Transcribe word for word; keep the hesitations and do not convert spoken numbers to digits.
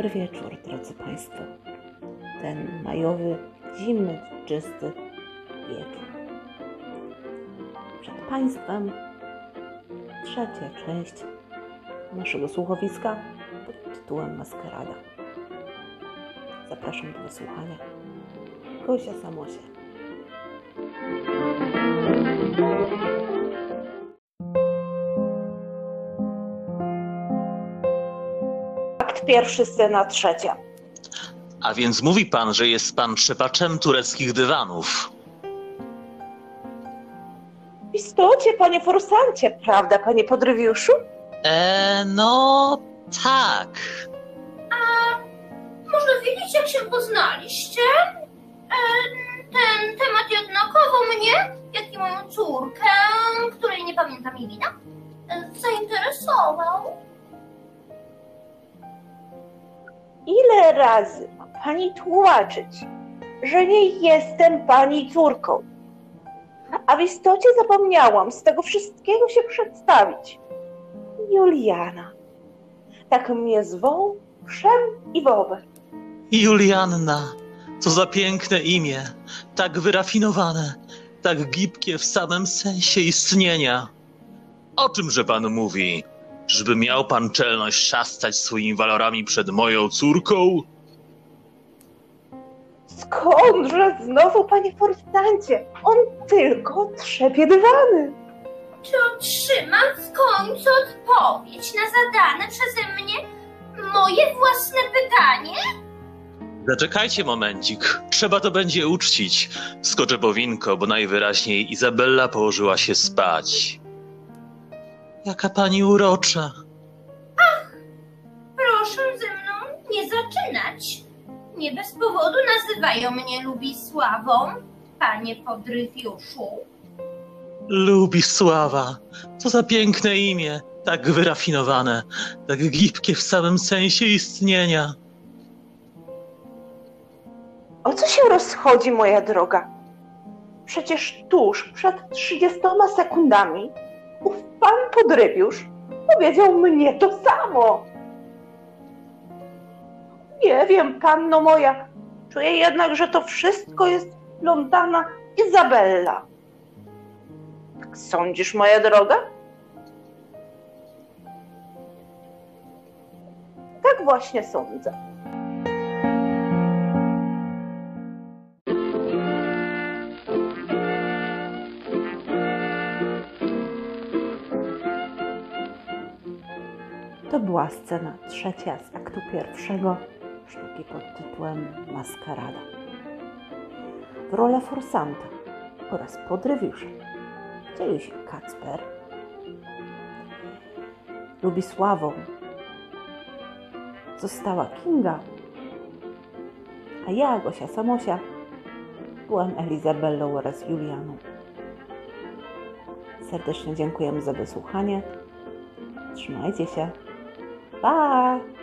Dobry wieczór, drodzy Państwo. Ten majowy, zimny, czysty wieczór. Przed Państwem trzecia część naszego słuchowiska pod tytułem Maskarada. Zapraszam do wysłuchania. Gosia Samosia. Akt pierwszy, scena trzecia. A więc mówi pan, że jest pan trzepaczem tureckich dywanów. W istocie, panie forsancie, prawda, panie Podrywiuszu? Eee, no tak. A można wiedzieć, jak się poznaliście? E, ten temat jednakowo mnie, jak i moją córkę, której nie pamiętam imienia, e, zainteresował. Ile razy ma pani tłumaczyć, że nie jestem pani córką? A w istocie zapomniałam z tego wszystkiego się przedstawić. Juliana. Tak mnie zwą wszem i wobec. Julianna, co za piękne imię, tak wyrafinowane, tak gibkie w samym sensie istnienia. O czymże pan mówi? Żeby miał pan czelność szastać swoimi walorami przed moją córką? Skądże znowu, panie forsancie? On tylko trzepie dywany. Czy otrzymam w końcu odpowiedź na zadane przeze mnie moje własne pytanie? Zaczekajcie momencik, trzeba to będzie uczcić. Skoczę po winko, bo najwyraźniej Izabella położyła się spać. Jaka pani urocza. Ach, proszę ze mną nie zaczynać. Nie bez powodu nazywają mnie Lubisławą, panie Podrywiuszu. Lubisława, co za piękne imię, tak wyrafinowane, tak gibkie w samym sensie istnienia. O co się rozchodzi, moja droga? Przecież tuż przed trzydziestoma sekundami ów pan Podrywiusz powiedział mnie to samo. Nie wiem, panno moja, czuję jednak, że to wszystko jest plątana Izabella. Tak sądzisz, moja droga? Tak właśnie sądzę. To była scena trzecia z aktu pierwszego sztuki pod tytułem Maskarada. W rolę forsanta oraz Podrywiusza wcielił się Kacper. Lubisławą została Kinga, a ja, Gosia Samosia, byłam Elizabellą oraz Julianą. Serdecznie dziękujemy za wysłuchanie. Trzymajcie się. Pa!